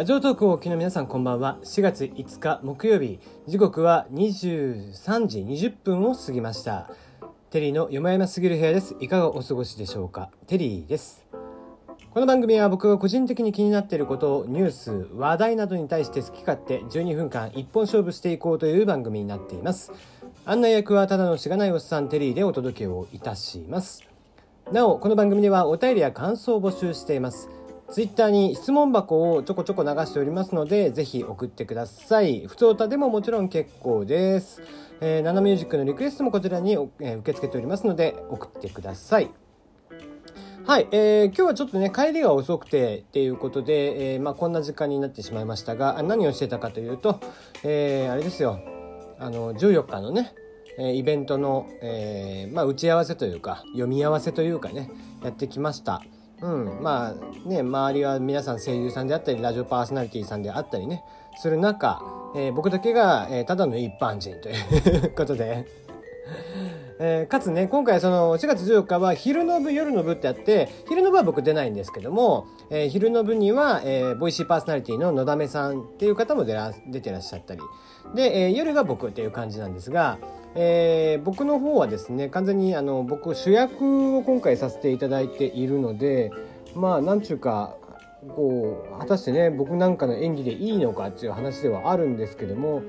ラジオトークをお聞きの皆さんこんばんは。4月5日木曜日、時刻は23時20分を過ぎました。テリーのよもやますぎる部屋です。いかがお過ごしでしょうか。テリーです。この番組は僕が個人的に気になっていることをニュース、話題などに対して好き勝手12分間一本勝負していこうという番組になっています。案内役はただのしがないおっさんテリーでお届けをいたします。なお、この番組ではお便りや感想を募集しています。ツイッターに質問箱をちょこちょこ流しておりますので、ぜひ送ってください。普通歌でももちろん結構です。ナナミュージックのリクエストもこちらに、受け付けておりますので送ってください。はい、今日はちょっとね帰りが遅くてっていうことで、こんな時間になってしまいましたが、何をしてたかというと、あれですよ、14日のねイベントの、打ち合わせというか読み合わせというかねやってきました。周りは皆さん声優さんであったりラジオパーソナリティさんであったりねする中、僕だけが、ただの一般人ということでかつね今回その4月14日は昼の部夜の部ってあって、昼の部は僕出ないんですけども、昼の部には、ボイシーパーソナリティののだめさんっていう方も出てらっしゃったりで、夜が僕っていう感じなんですが、僕の方はですね完全に僕主役を今回させていただいているので、なんちゅうかこう果たしてね僕なんかの演技でいいのかっていう話ではあるんですけども、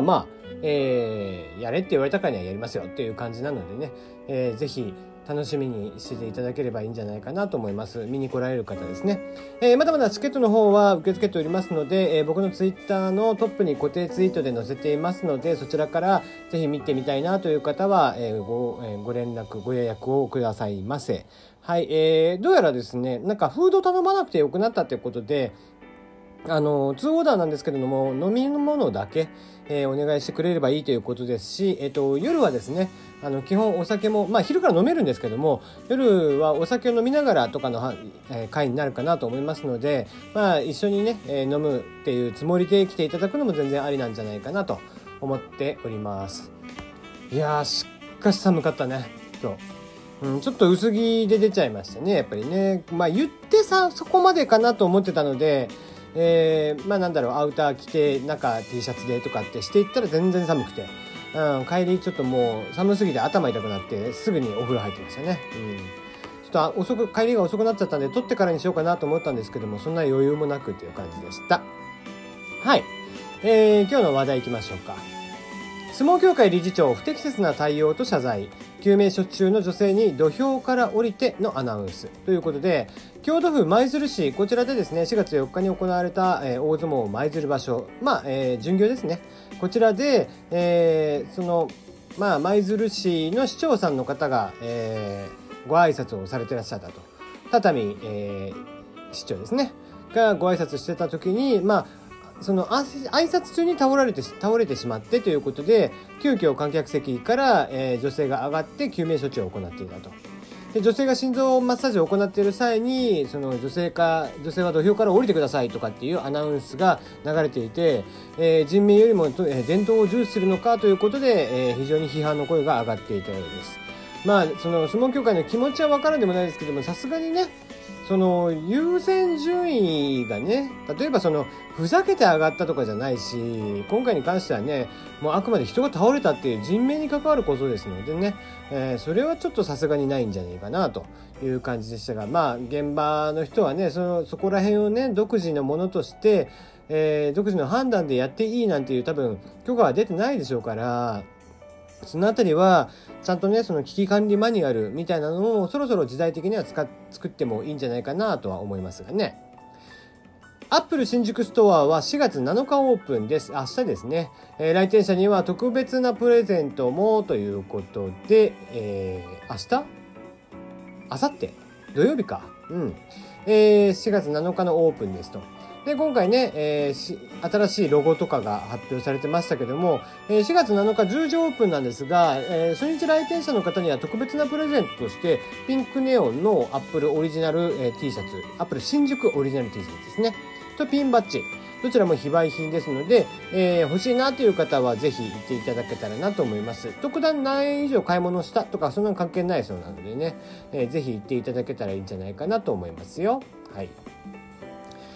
やれって言われたからにはやりますよっていう感じなのでね、ぜひ楽しみにしていただければいいんじゃないかなと思います。見に来られる方ですね。まだまだチケットの方は受け付けておりますので、僕のツイッターのトップに固定ツイートで載せていますので、そちらからぜひ見てみたいなという方は、ご連絡ご予約をくださいませ。はい、どうやらですねなんかフード頼まなくてよくなったということで、2オーダーなんですけれども飲み物だけ、お願いしてくれればいいということですし、夜はですね基本お酒も、昼から飲めるんですけども、夜はお酒を飲みながらとかの、会になるかなと思いますので、一緒にね、飲むっていうつもりで来ていただくのも全然ありなんじゃないかなと思っております。いやーしかし寒かったね今日。ちょっと薄着で出ちゃいましたねやっぱりね。言ってそこまでかなと思ってたので、アウター着て中 T シャツでとかってしていったら全然寒くて、帰りちょっともう寒すぎて頭痛くなってすぐにお風呂入ってましたね。ちょっと帰りが遅くなっちゃったんで撮ってからにしようかなと思ったんですけども、そんな余裕もなくっていう感じでした。はい、今日の話題いきましょうか。相撲協会理事長不適切な対応と謝罪、救命処置中の女性に土俵から降りてのアナウンスということで、京都府舞鶴市こちらでですね4月4日に行われた、大相撲舞鶴場所、巡業ですね。こちらで、舞鶴市の市長さんの方が、ご挨拶をされていらっしゃったと。畳、市長ですねがご挨拶してた時にその挨拶中に倒れてしまってということで、急遽観客席から、女性が上がって救命処置を行っていたと。で女性が心臓マッサージを行っている際にその女性は土俵から降りてくださいとかっていうアナウンスが流れていて、人命よりも、伝統を重視するのかということで、非常に批判の声が上がっていたようです。その相撲協会の気持ちは分からんでもないですけども、さすがにねその優先順位がね、例えばそのふざけて上がったとかじゃないし、今回に関してはねもうあくまで人が倒れたっていう人命に関わることですのでね、それはちょっとさすがにないんじゃないかなという感じでしたが、現場の人はねそこら辺をね独自のものとして、独自の判断でやっていいなんていう多分許可は出てないでしょうから、そのあたりはちゃんとねその危機管理マニュアルみたいなのをそろそろ時代的には作ってもいいんじゃないかなとは思いますがね。アップル新宿ストアは4月7日オープンです。明日ですね。来店者には特別なプレゼントもということで、明日明後日土曜日か、4月7日のオープンですと。で今回ね、新しいロゴとかが発表されてましたけども、4月7日10時オープンなんですが、初日来店者の方には特別なプレゼントとしてピンクネオンのアップルオリジナル、T シャツ、アップル新宿オリジナル T シャツですねとピンバッジ、どちらも非売品ですので、欲しいなという方はぜひ行っていただけたらなと思います。特段何円以上買い物したとかそんなの関係ないそうなのでね、ぜひ行っていただけたらいいんじゃないかなと思いますよ。はい。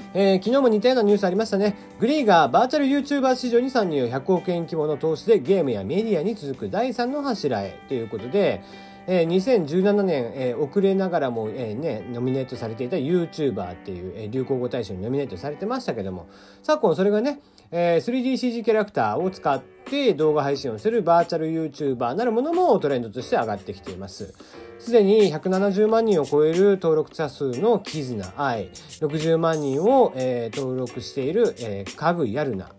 昨日も似たようなニュースありましたね。グリーがバーチャル YouTuber 市場に参入、100億円規模の投資でゲームやメディアに続く第3の柱へということで、2017年、遅れながらも、ノミネートされていた YouTuber っていう、流行語大賞にノミネートされてましたけども、昨今それがね、3DCG キャラクターを使って動画配信をするバーチャル YouTuber なるものもトレンドとして上がってきています。すでに170万人を超える登録者数のキズナアイ、60万人を、登録している、家具やるな、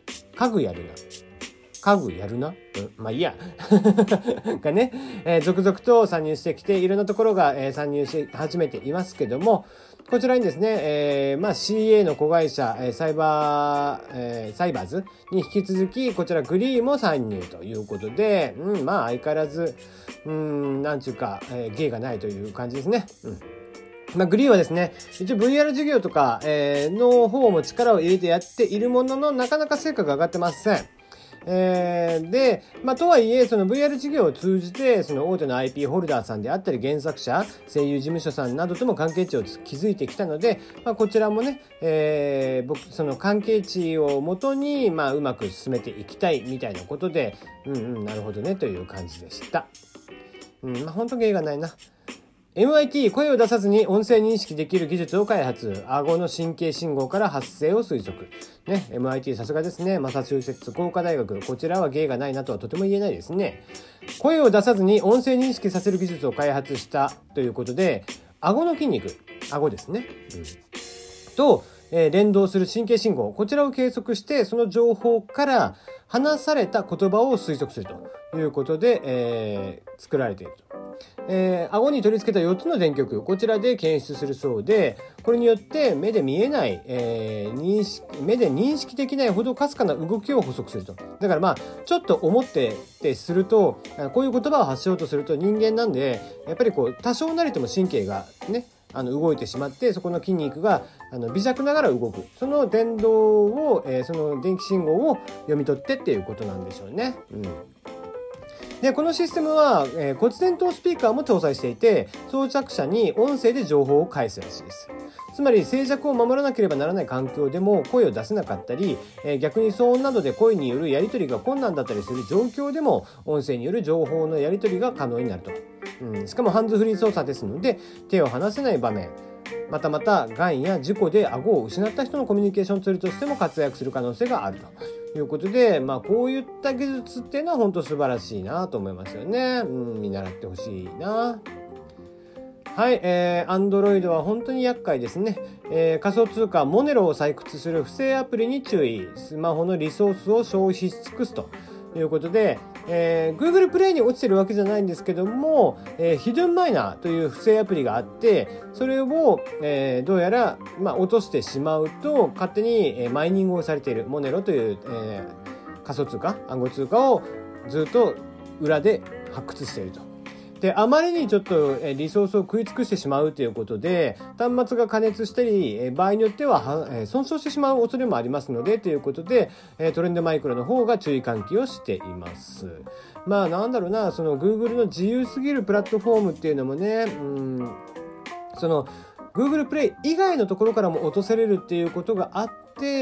まあいいやがね、続々と参入してきていろんなところが、参入し始めていますけども、こちらにですね、CA の子会社、サイバーズに引き続きこちらグリーも参入ということで、相変わらずなんちゅうか、芸がないという感じですね。グリーはですね、一応 VR 事業とか、の方も力を入れてやっているものの、なかなか成果が上がってません。で、とはいえ、その VR 事業を通じて、その大手の IP ホルダーさんであったり、原作者、声優事務所さんなどとも関係値を築いてきたので、こちらもね、その関係値をもとに、うまく進めていきたいみたいなことで、なるほどね、という感じでした。本当芸がないな。MIT 声を出さずに音声認識できる技術を開発。顎の神経信号から発生を推測。ね、MIT さすがですね。マサチューセッツ工科大学。こちらは芸がないなとはとても言えないですね。声を出さずに音声認識させる技術を開発したということで、顎の筋肉、顎ですね。と、連動する神経信号。こちらを計測して、その情報から話された言葉を推測するということで、作られていると。顎に取り付けた4つの電極、こちらで検出するそうで、これによって目で見えない、目で認識できないほどかすかな動きを補足すると。だからちょっと思ってってすると、こういう言葉を発しようとすると人間なんで、やっぱり多少なりとも神経がね、動いてしまって、そこの筋肉が微弱ながら動く。その電動を、その電気信号を読み取ってっていうことなんでしょうね。で、このシステムは、骨伝導スピーカーも搭載していて、装着者に音声で情報を返すらしいです。つまり静寂を守らなければならない環境でも声を出せなかったり、逆に騒音などで声によるやり取りが困難だったりする状況でも音声による情報のやり取りが可能になると。しかもハンズフリー操作ですので、手を離せない場面、またがんや事故で顎を失った人のコミュニケーションツールとしても活躍する可能性があるということで、こういった技術っていうのは本当素晴らしいなと思いますよね。見習ってほしいな。はい、Android は本当に厄介ですね。仮想通貨モネロを採掘する不正アプリに注意。スマホのリソースを消費し尽くすということで、Google プレイに落ちてるわけじゃないんですけども、ヒドゥンマイナーという不正アプリがあって、それを、どうやら、落としてしまうと勝手に、マイニングをされているモネロという、仮想通貨、暗号通貨をずっと裏で発掘していると。で、あまりにちょっとリソースを食い尽くしてしまうということで、端末が過熱したり、場合によっては損傷してしまう恐れもありますので、ということで、トレンドマイクロの方が注意喚起をしています。なんだろうな、その Google の自由すぎるプラットフォームっていうのもね、その Google プレイ以外のところからも落とされるっていうことがあって、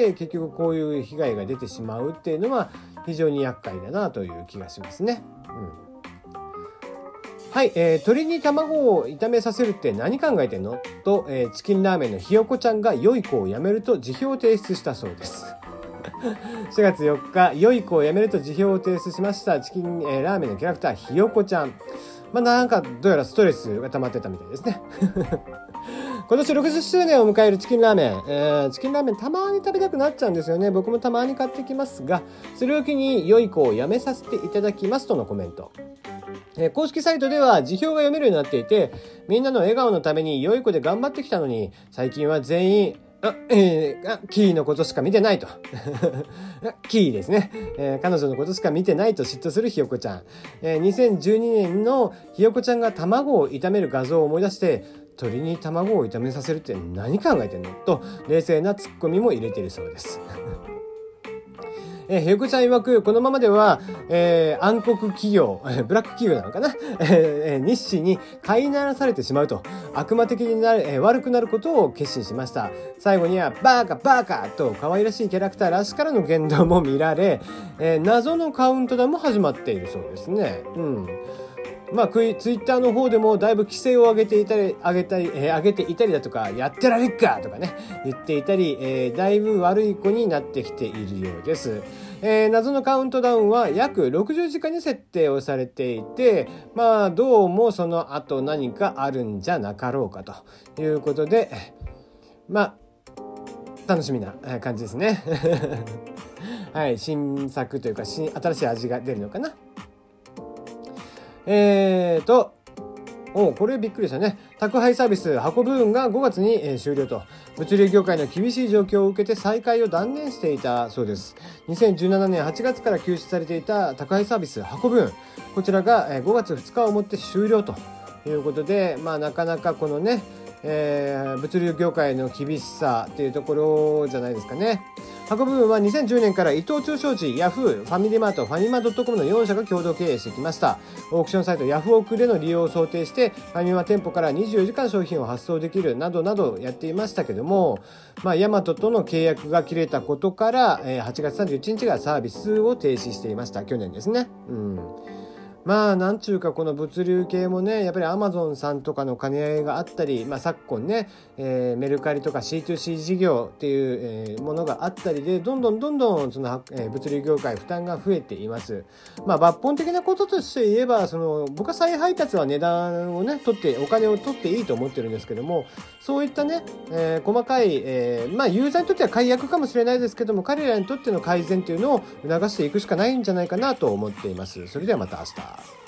結局こういう被害が出てしまうっていうのは非常に厄介だなという気がしますね。はい、鶏に卵を炒めさせるって何考えてんのと、チキンラーメンのひよこちゃんが良い子を辞めると辞表を提出したそうです。4月4日、良い子を辞めると辞表を提出しましたチキン、ラーメンのキャラクターひよこちゃん。なんかどうやらストレスが溜まってたみたいですね。今年60周年を迎えるチキンラーメン、チキンラーメンたまに食べたくなっちゃうんですよね。僕もたまに買ってきますが、それを機に良い子を辞めさせていただきますとのコメント。公式サイトでは辞表が読めるようになっていて、みんなの笑顔のために良い子で頑張ってきたのに、最近は全員キーのことしか見てないとキーですね、彼女のことしか見てないと嫉妬するひよこちゃん、2012年のひよこちゃんが卵を炒める画像を思い出して、鶏に卵を炒めさせるって何考えてんのと冷静なツッコミも入れているそうですひよこちゃん曰く、このままでは、暗黒企業、ブラック企業なのかな、日誌に飼いならされてしまうと、悪魔的になる、悪くなることを決心しました。最後には、バーカバーカと可愛らしいキャラクターらしからの言動も見られ、謎のカウントダウンも始まっているそうですね。まあ、ツイッターの方でもだいぶ規制を上げていたりだとか、やってられっかとかね、言っていたり、だいぶ悪い子になってきているようです。謎のカウントダウンは約60時間に設定をされていて、まあ、どうもその後何かあるんじゃなかろうかということで、まあ、楽しみな感じですね。はい、新作というか、新しい味が出るのかな。これびっくりしたね。宅配サービス運ぶ運が5月に終了と。物流業界の厳しい状況を受けて再開を断念していたそうです。2017年8月から休止されていた宅配サービス運ぶ運。こちらが5月2日をもって終了ということで、まあなかなかこのね、物流業界の厳しさっていうところじゃないですかね。運ぶ運は2010年から伊藤忠商事、ヤフー、ファミリーマート、ファミマ .com の4社が共同経営してきました。オークションサイトヤフオクでの利用を想定して、ファミマ店舗から24時間商品を発送できるなどなどやっていましたけども、まあ、ヤマトとの契約が切れたことから、8月31日がサービスを停止していました。去年ですね。まあなんちゅうかこの物流系もね、やっぱりアマゾンさんとかの兼ね合いがあったり、まあ昨今ね、メルカリとか C2C 事業っていう、ものがあったりで、どんどんその、物流業界負担が増えています。まあ抜本的なこととして言えば、僕は再配達は値段をねお金を取っていいと思ってるんですけども、そういったね、細かい、まあユーザーにとっては解約かもしれないですけども、彼らにとっての改善というのを促していくしかないんじゃないかなと思っています。それではまた明日。